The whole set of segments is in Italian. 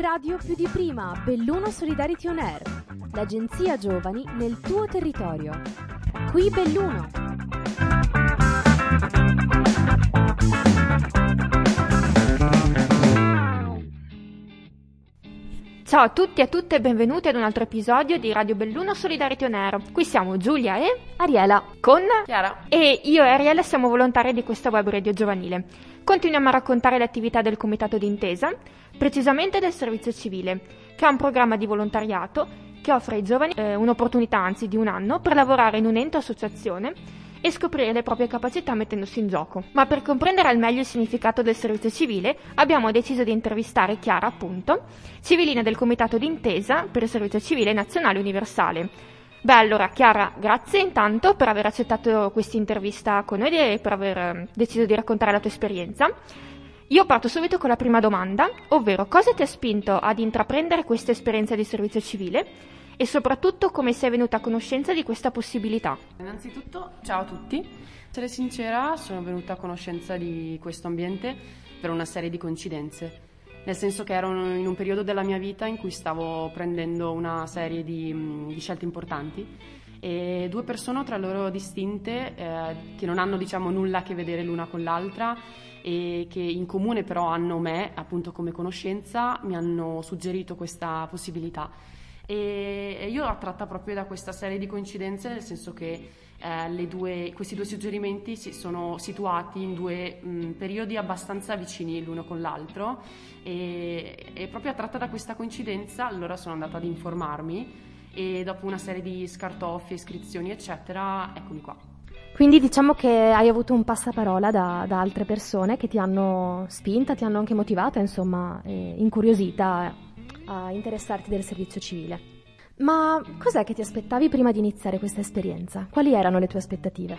radio più di prima, Belluno Solidarity On Air, l'agenzia giovani nel tuo territorio. Qui Belluno. Ciao a tutti e a tutte e benvenuti ad un altro episodio di Radio Belluno Solidarity On Air. Qui siamo Giulia e Ariela con Chiara. E io e Ariela siamo volontarie di questa web radio giovanile. Continuiamo a raccontare le attività del Comitato d'Intesa, precisamente del Servizio Civile, che è un programma di volontariato che offre ai giovani un'opportunità, anzi di un anno, per lavorare in un ente o associazione e scoprire le proprie capacità mettendosi in gioco. Ma per comprendere al meglio il significato del servizio civile abbiamo deciso di intervistare Chiara, appunto, civilina del Comitato d'Intesa per il Servizio Civile Nazionale Universale. Beh, allora Chiara, grazie intanto per aver accettato questa intervista con noi e per aver deciso di raccontare la tua esperienza. Io parto subito con la prima domanda, ovvero cosa ti ha spinto ad intraprendere questa esperienza di servizio civile e soprattutto come sei venuta a conoscenza di questa possibilità? Innanzitutto, ciao a tutti. Per essere sincera, sono venuta a conoscenza di questo ambiente per una serie di coincidenze, nel senso che ero in un periodo della mia vita in cui stavo prendendo una serie di scelte importanti e due persone tra loro distinte che non hanno, diciamo, nulla a che vedere l'una con l'altra e che in comune però hanno me, appunto, come conoscenza, mi hanno suggerito questa possibilità. E io attratta proprio da questa serie di coincidenze, nel senso che questi due suggerimenti si sono situati in due periodi abbastanza vicini l'uno con l'altro e proprio attratta da questa coincidenza allora sono andata ad informarmi e dopo una serie di scartoffie, iscrizioni eccetera, eccomi qua. Quindi diciamo che hai avuto un passaparola da altre persone che ti hanno spinta, ti hanno anche motivata, insomma, incuriosita a interessarti del servizio civile. Ma cos'è che ti aspettavi prima di iniziare questa esperienza? Quali erano le tue aspettative?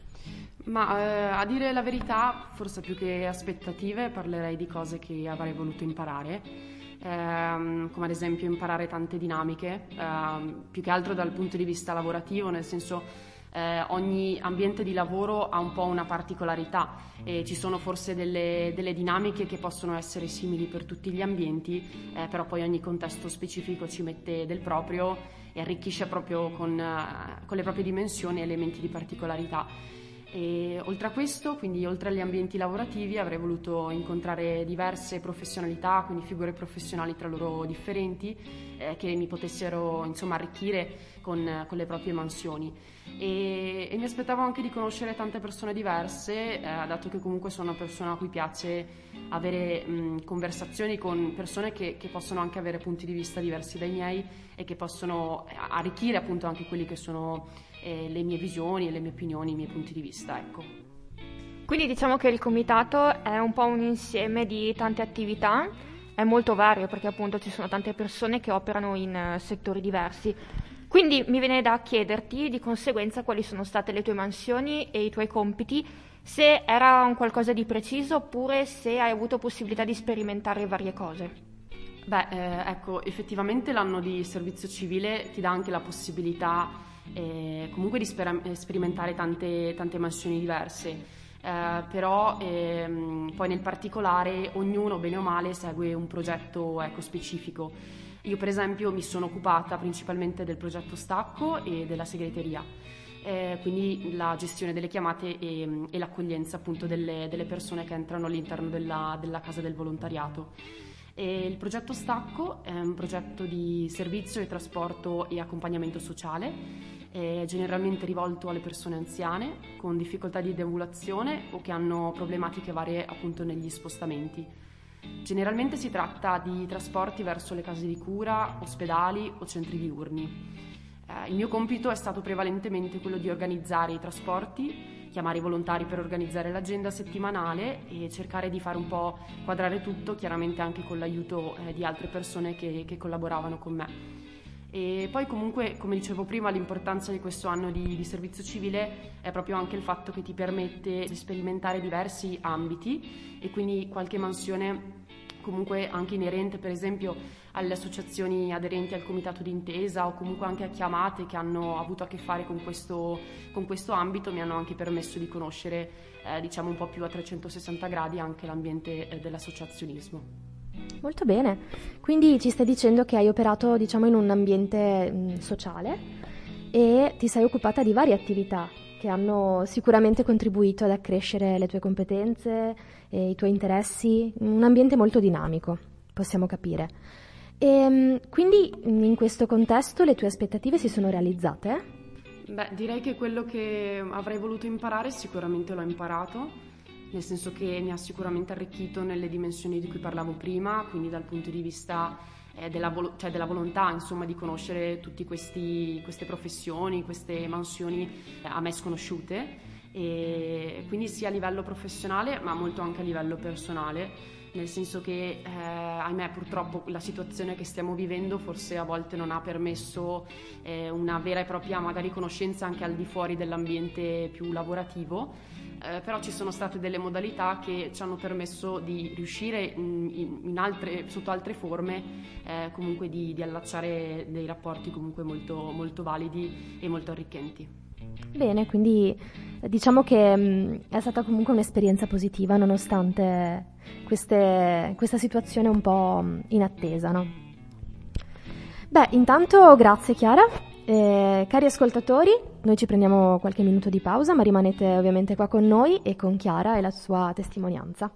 Ma a dire la verità, forse più che aspettative, parlerei di cose che avrei voluto imparare, come ad esempio imparare tante dinamiche, più che altro dal punto di vista lavorativo, nel senso ogni ambiente di lavoro ha un po' una particolarità e ci sono forse delle dinamiche che possono essere simili per tutti gli ambienti, però poi ogni contesto specifico ci mette del proprio e arricchisce proprio con le proprie dimensioni e elementi di particolarità. E oltre a questo, quindi oltre agli ambienti lavorativi, avrei voluto incontrare diverse professionalità, quindi figure professionali tra loro differenti, che mi potessero, insomma, arricchire con le proprie mansioni. E mi aspettavo anche di conoscere tante persone diverse, dato che comunque sono una persona a cui piace avere conversazioni con persone che possono anche avere punti di vista diversi dai miei e che possono arricchire appunto anche quelli che sono le mie visioni, le mie opinioni, i miei punti di vista, ecco. Quindi diciamo che il comitato è un po' un insieme di tante attività, è molto vario perché appunto ci sono tante persone che operano in settori diversi. Quindi mi viene da chiederti di conseguenza quali sono state le tue mansioni e i tuoi compiti, se era un qualcosa di preciso oppure se hai avuto possibilità di sperimentare varie cose. Beh, ecco, effettivamente l'anno di servizio civile ti dà anche la possibilità comunque di sperimentare tante mansioni diverse, però poi nel particolare ognuno, bene o male, segue un progetto, ecco, specifico. Io per esempio mi sono occupata principalmente del progetto Stacco e della segreteria, quindi la gestione delle chiamate e l'accoglienza appunto delle persone che entrano all'interno della casa del volontariato. E il progetto Stacco è un progetto di servizio e trasporto e accompagnamento sociale, generalmente rivolto alle persone anziane con difficoltà di deambulazione o che hanno problematiche varie appunto negli spostamenti. Generalmente si tratta di trasporti verso le case di cura, ospedali o centri diurni. Il mio compito è stato prevalentemente quello di organizzare i trasporti, chiamare i volontari per organizzare l'agenda settimanale e cercare di fare un po' quadrare tutto, chiaramente anche con l'aiuto di altre persone che collaboravano con me. E poi comunque, come dicevo prima, l'importanza di questo anno di servizio civile è proprio anche il fatto che ti permette di sperimentare diversi ambiti e quindi qualche mansione comunque anche inerente per esempio alle associazioni aderenti al comitato d'intesa o comunque anche a chiamate che hanno avuto a che fare con questo ambito mi hanno anche permesso di conoscere diciamo un po' più a 360 gradi anche l'ambiente dell'associazionismo. Molto bene, quindi ci stai dicendo che hai operato, diciamo, in un ambiente sociale e ti sei occupata di varie attività che hanno sicuramente contribuito ad accrescere le tue competenze e i tuoi interessi, un ambiente molto dinamico, possiamo capire. E quindi in questo contesto le tue aspettative si sono realizzate? Beh, direi che quello che avrei voluto imparare sicuramente l'ho imparato, nel senso che mi ha sicuramente arricchito nelle dimensioni di cui parlavo prima, quindi dal punto di vista della volontà, insomma, di conoscere tutte queste professioni, queste mansioni a me sconosciute, e quindi sia a livello professionale ma molto anche a livello personale, nel senso che ahimè purtroppo la situazione che stiamo vivendo forse a volte non ha permesso una vera e propria magari conoscenza anche al di fuori dell'ambiente più lavorativo. Però ci sono state delle modalità che ci hanno permesso di riuscire sotto altre forme comunque di allacciare dei rapporti comunque molto, molto validi e molto arricchenti. Bene, quindi diciamo che è stata comunque un'esperienza positiva nonostante questa situazione un po' inattesa, no? Beh, intanto grazie Chiara. Cari ascoltatori, noi ci prendiamo qualche minuto di pausa, ma rimanete ovviamente qua con noi e con Chiara e la sua testimonianza.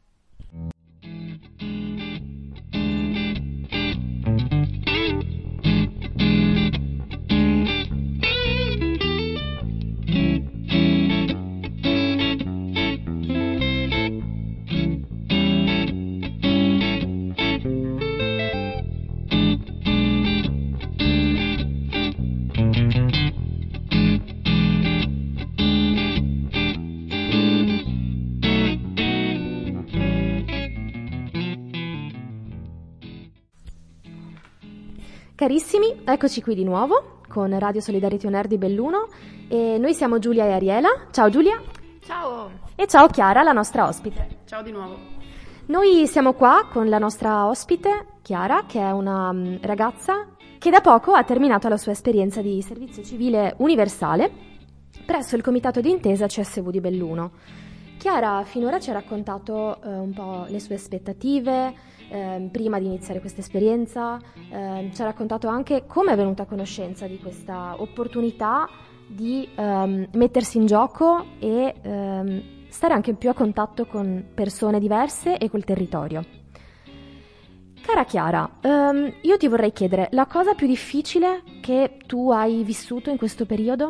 Carissimi, eccoci qui di nuovo con Radio Solidarity On Air di Belluno e noi siamo Giulia e Ariela. Ciao Giulia. Ciao! E ciao Chiara, la nostra ospite. Ciao di nuovo. Noi siamo qua con la nostra ospite, Chiara, che è una ragazza che da poco ha terminato la sua esperienza di servizio civile universale presso il Comitato d'Intesa CSV di Belluno. Chiara finora ci ha raccontato un po' le sue aspettative prima di iniziare questa esperienza, ci ha raccontato anche come è venuta a conoscenza di questa opportunità di mettersi in gioco e stare anche più a contatto con persone diverse e col territorio. Cara Chiara, io ti vorrei chiedere la cosa più difficile che tu hai vissuto in questo periodo?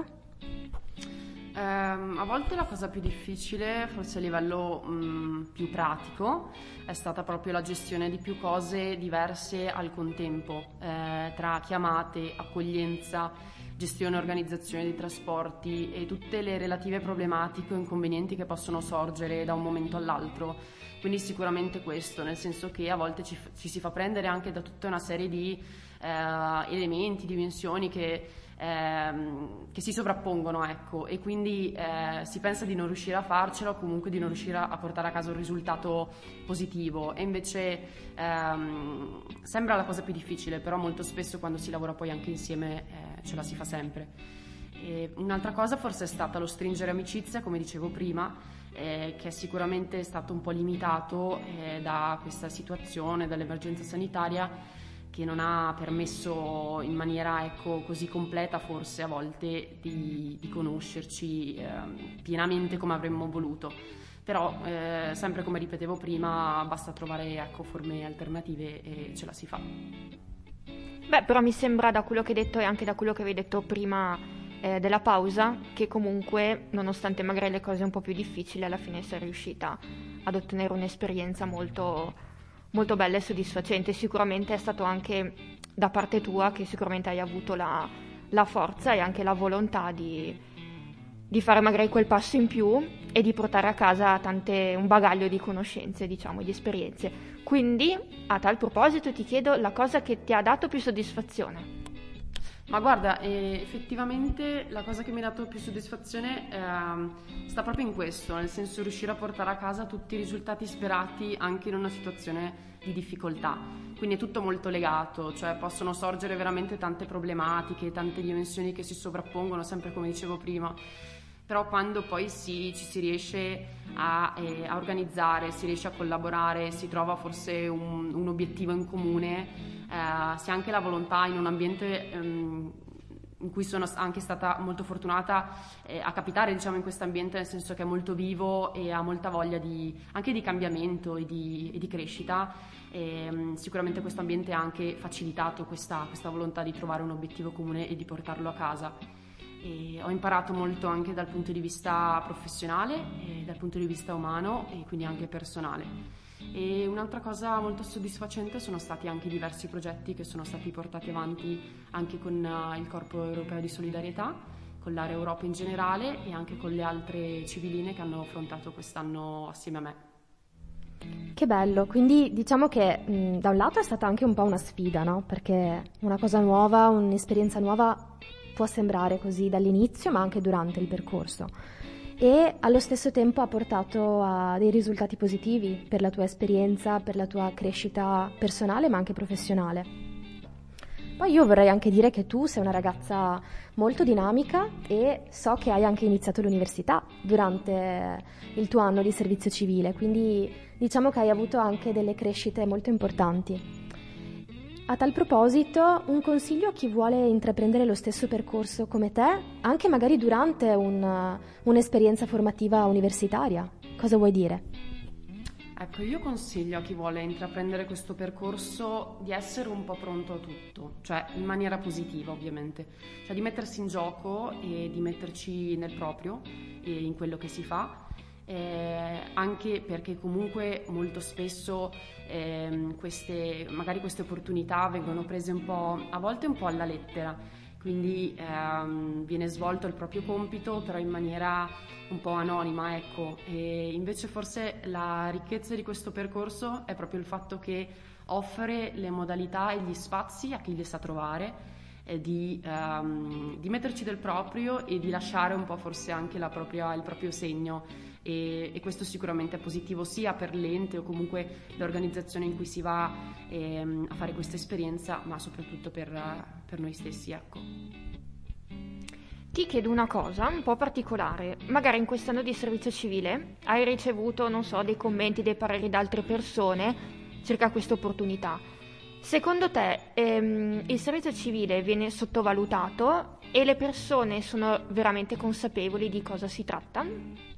A volte la cosa più difficile, forse a livello più pratico, è stata proprio la gestione di più cose diverse al contempo, tra chiamate, accoglienza, gestione e organizzazione dei trasporti e tutte le relative problematiche o inconvenienti che possono sorgere da un momento all'altro. Quindi sicuramente questo, nel senso che a volte ci si fa prendere anche da tutta una serie di elementi, dimensioni che si sovrappongono, ecco, e quindi si pensa di non riuscire a farcela o comunque di non riuscire a portare a casa un risultato positivo, e invece sembra la cosa più difficile, però molto spesso quando si lavora poi anche insieme ce la si fa sempre. E un'altra cosa forse è stata lo stringere amicizia, come dicevo prima, che è sicuramente stato un po' limitato da questa situazione, dall'emergenza sanitaria, che non ha permesso in maniera così completa forse a volte di conoscerci pienamente come avremmo voluto. Però sempre come ripetevo prima, basta trovare forme alternative e ce la si fa. Beh, però mi sembra, da quello che hai detto e anche da quello che avevi detto prima della pausa, che comunque, nonostante magari le cose un po' più difficili, alla fine sei riuscita ad ottenere un'esperienza molto, molto bella e soddisfacente. Sicuramente è stato anche da parte tua che sicuramente hai avuto la forza e anche la volontà di fare magari quel passo in più e di portare a casa un bagaglio di conoscenze, diciamo, di esperienze. Quindi, a tal proposito, ti chiedo la cosa che ti ha dato più soddisfazione. Ma guarda, effettivamente la cosa che mi ha dato più soddisfazione sta proprio in questo, nel senso riuscire a portare a casa tutti i risultati sperati anche in una situazione di difficoltà. Quindi è tutto molto legato, cioè possono sorgere veramente tante problematiche, tante dimensioni che si sovrappongono, sempre come dicevo prima. però quando poi ci si riesce a organizzare, si riesce a collaborare, si trova forse un obiettivo in comune, si ha anche la volontà in un ambiente in cui sono anche stata molto fortunata a capitare, diciamo, in questo ambiente, nel senso che è molto vivo e ha molta voglia anche di cambiamento e di crescita. Sicuramente questo ambiente ha anche facilitato questa volontà di trovare un obiettivo comune e di portarlo a casa. E ho imparato molto anche dal punto di vista professionale e dal punto di vista umano e quindi anche personale. E un'altra cosa molto soddisfacente sono stati anche diversi progetti che sono stati portati avanti anche con il Corpo Europeo di Solidarietà, con l'area Europa in generale e anche con le altre civiline che hanno affrontato quest'anno assieme a me. Che bello, quindi diciamo che da un lato è stata anche un po' una sfida, no? Perché una cosa nuova, un'esperienza nuova può sembrare così dall'inizio, ma anche durante il percorso. E allo stesso tempo ha portato a dei risultati positivi per la tua esperienza, per la tua crescita personale, ma anche professionale. Poi io vorrei anche dire che tu sei una ragazza molto dinamica e so che hai anche iniziato l'università durante il tuo anno di servizio civile, quindi diciamo che hai avuto anche delle crescite molto importanti. A tal proposito, un consiglio a chi vuole intraprendere lo stesso percorso come te, anche magari durante un'esperienza formativa universitaria. Cosa vuoi dire? Ecco, io consiglio a chi vuole intraprendere questo percorso di essere un po' pronto a tutto, cioè in maniera positiva ovviamente, cioè di mettersi in gioco e di metterci nel proprio e in quello che si fa. Anche perché comunque molto spesso queste opportunità vengono prese a volte un po' alla lettera, quindi viene svolto il proprio compito però in maniera un po' anonima, ecco, e invece forse la ricchezza di questo percorso è proprio il fatto che offre le modalità e gli spazi a chi li sa trovare, di metterci del proprio e di lasciare un po' forse anche il proprio segno. E questo sicuramente è positivo sia per l'ente o comunque l'organizzazione in cui si va a fare questa esperienza, ma soprattutto per noi stessi, ecco. Ti chiedo una cosa un po' particolare. Magari in quest'anno di servizio civile hai ricevuto, non so, dei commenti, dei pareri da altre persone circa questa opportunità. Secondo te il servizio civile viene sottovalutato e le persone sono veramente consapevoli di cosa si tratta?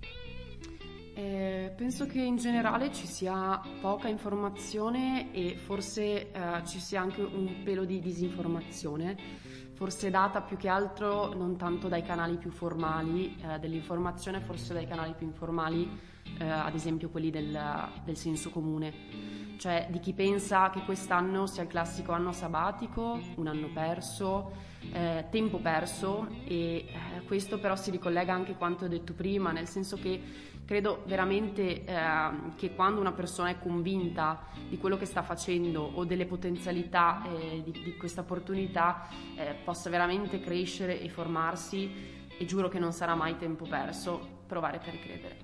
Penso che in generale ci sia poca informazione e forse ci sia anche un pelo di disinformazione, forse data più che altro non tanto dai canali più formali dell'informazione, forse dai canali più informali, ad esempio quelli del senso comune, cioè di chi pensa che quest'anno sia il classico anno sabbatico, un anno perso, tempo perso e questo però si ricollega anche a quanto ho detto prima, nel senso che credo veramente che quando una persona è convinta di quello che sta facendo o delle potenzialità di questa opportunità possa veramente crescere e formarsi, e giuro che non sarà mai tempo perso provare per credere.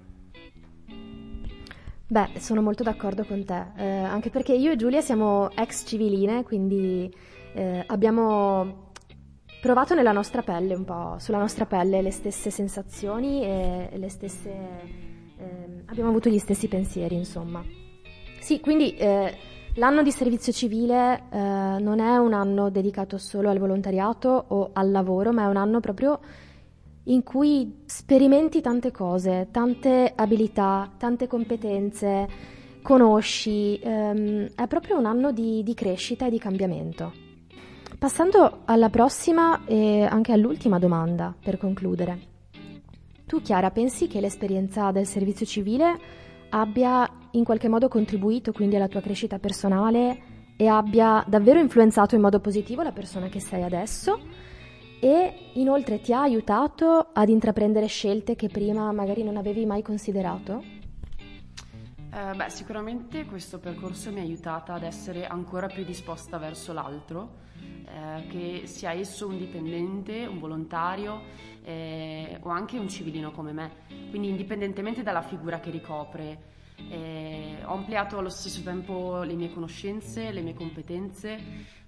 Beh, sono molto d'accordo con te, anche perché io e Giulia siamo ex civiline, quindi abbiamo provato nella nostra pelle un po', sulla nostra pelle le stesse sensazioni e le stesse... abbiamo avuto gli stessi pensieri, insomma. Sì, quindi l'anno di servizio civile non è un anno dedicato solo al volontariato o al lavoro, ma è un anno proprio in cui sperimenti tante cose, tante abilità, tante competenze, conosci, è proprio un anno di crescita e di cambiamento. Passando alla prossima e anche all'ultima domanda, per concludere. Tu, Chiara, pensi che l'esperienza del servizio civile abbia in qualche modo contribuito quindi alla tua crescita personale e abbia davvero influenzato in modo positivo la persona che sei adesso? E inoltre ti ha aiutato ad intraprendere scelte che prima magari non avevi mai considerato? Sicuramente questo percorso mi ha aiutata ad essere ancora più disposta verso l'altro, che sia esso un dipendente, un volontario o anche un civilino come me, quindi indipendentemente dalla figura che ricopre. Ho ampliato allo stesso tempo le mie conoscenze, le mie competenze,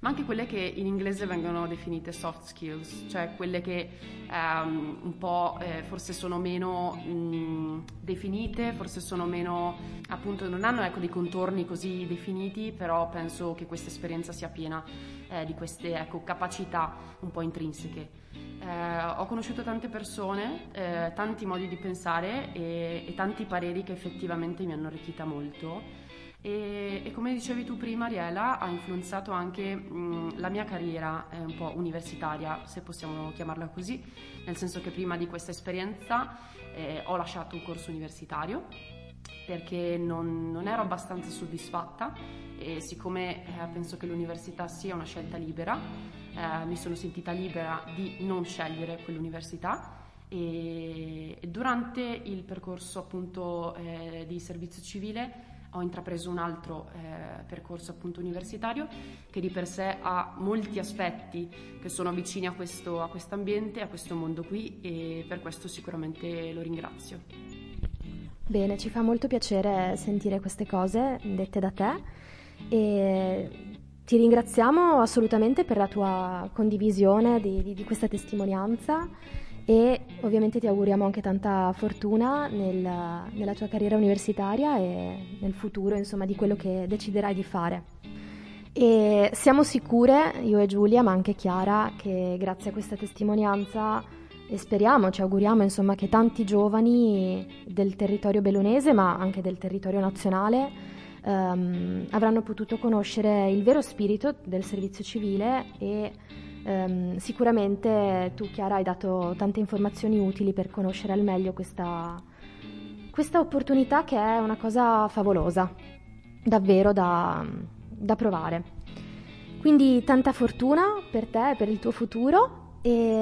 ma anche quelle che in inglese vengono definite soft skills, cioè quelle che un po' forse sono meno definite, forse sono meno, appunto non hanno dei contorni così definiti, però penso che questa esperienza sia piena di queste capacità un po' intrinseche. Ho conosciuto tante persone, tanti modi di pensare e tanti pareri che effettivamente mi hanno arricchita molto. E come dicevi tu prima, Ariela, ha influenzato anche la mia carriera un po' universitaria, se possiamo chiamarla così, nel senso che prima di questa esperienza ho lasciato un corso universitario perché non ero abbastanza soddisfatta, e siccome penso che l'università sia una scelta libera, mi sono sentita libera di non scegliere quell'università. E durante il percorso appunto di servizio civile ho intrapreso un altro percorso appunto universitario che di per sé ha molti aspetti che sono vicini a questo ambiente, a questo mondo qui, e per questo sicuramente lo ringrazio. Bene, ci fa molto piacere sentire queste cose dette da te e ti ringraziamo assolutamente per la tua condivisione di questa testimonianza, e ovviamente ti auguriamo anche tanta fortuna nella tua carriera universitaria e nel futuro, insomma, di quello che deciderai di fare. E siamo sicure, io e Giulia, ma anche Chiara, che grazie a questa testimonianza, e speriamo, ci auguriamo, insomma, che tanti giovani del territorio bellunese, ma anche del territorio nazionale, avranno potuto conoscere il vero spirito del servizio civile. E sicuramente tu, Chiara, hai dato tante informazioni utili per conoscere al meglio questa opportunità, che è una cosa favolosa, davvero da provare. Quindi tanta fortuna per te e per il tuo futuro.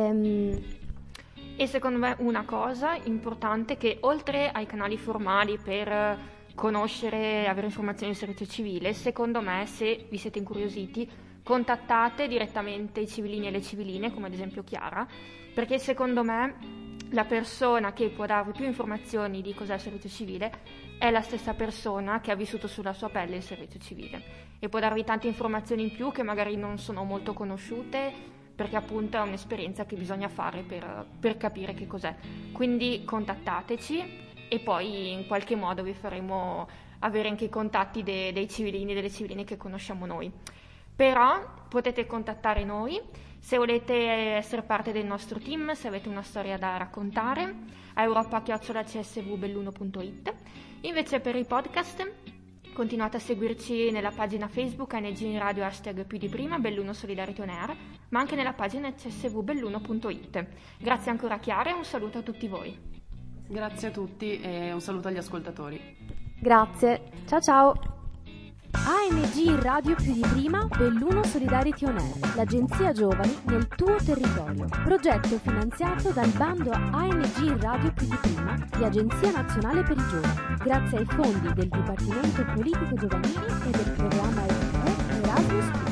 E secondo me una cosa importante, che oltre ai canali formali per conoscere, avere informazioni del servizio civile, secondo me, se vi siete incuriositi, contattate direttamente i civilini e le civiline, come ad esempio Chiara, perché secondo me la persona che può darvi più informazioni di cos'è il servizio civile è la stessa persona che ha vissuto sulla sua pelle il servizio civile, e può darvi tante informazioni in più che magari non sono molto conosciute, perché appunto è un'esperienza che bisogna fare per capire che cos'è. Quindi contattateci e poi in qualche modo vi faremo avere anche i contatti dei civilini e delle civiline che conosciamo noi. Però potete contattare noi se volete essere parte del nostro team, se avete una storia da raccontare, a europa@csvbelluno.it. Invece per i podcast continuate a seguirci nella pagina Facebook ANG in Radio #più di prima Belluno Solidarity On Air, ma anche nella pagina csvbelluno.it. Grazie ancora Chiara e un saluto a tutti voi. Grazie a tutti e un saluto agli ascoltatori. Grazie, ciao ciao! ANG Radio Più di Prima Belluno Solidarity On Air, l'agenzia giovani nel tuo territorio. Progetto finanziato dal bando ANG Radio Più di Prima di Agenzia Nazionale per i Giovani, grazie ai fondi del Dipartimento Politico Giovanili e del programma Erasmus+.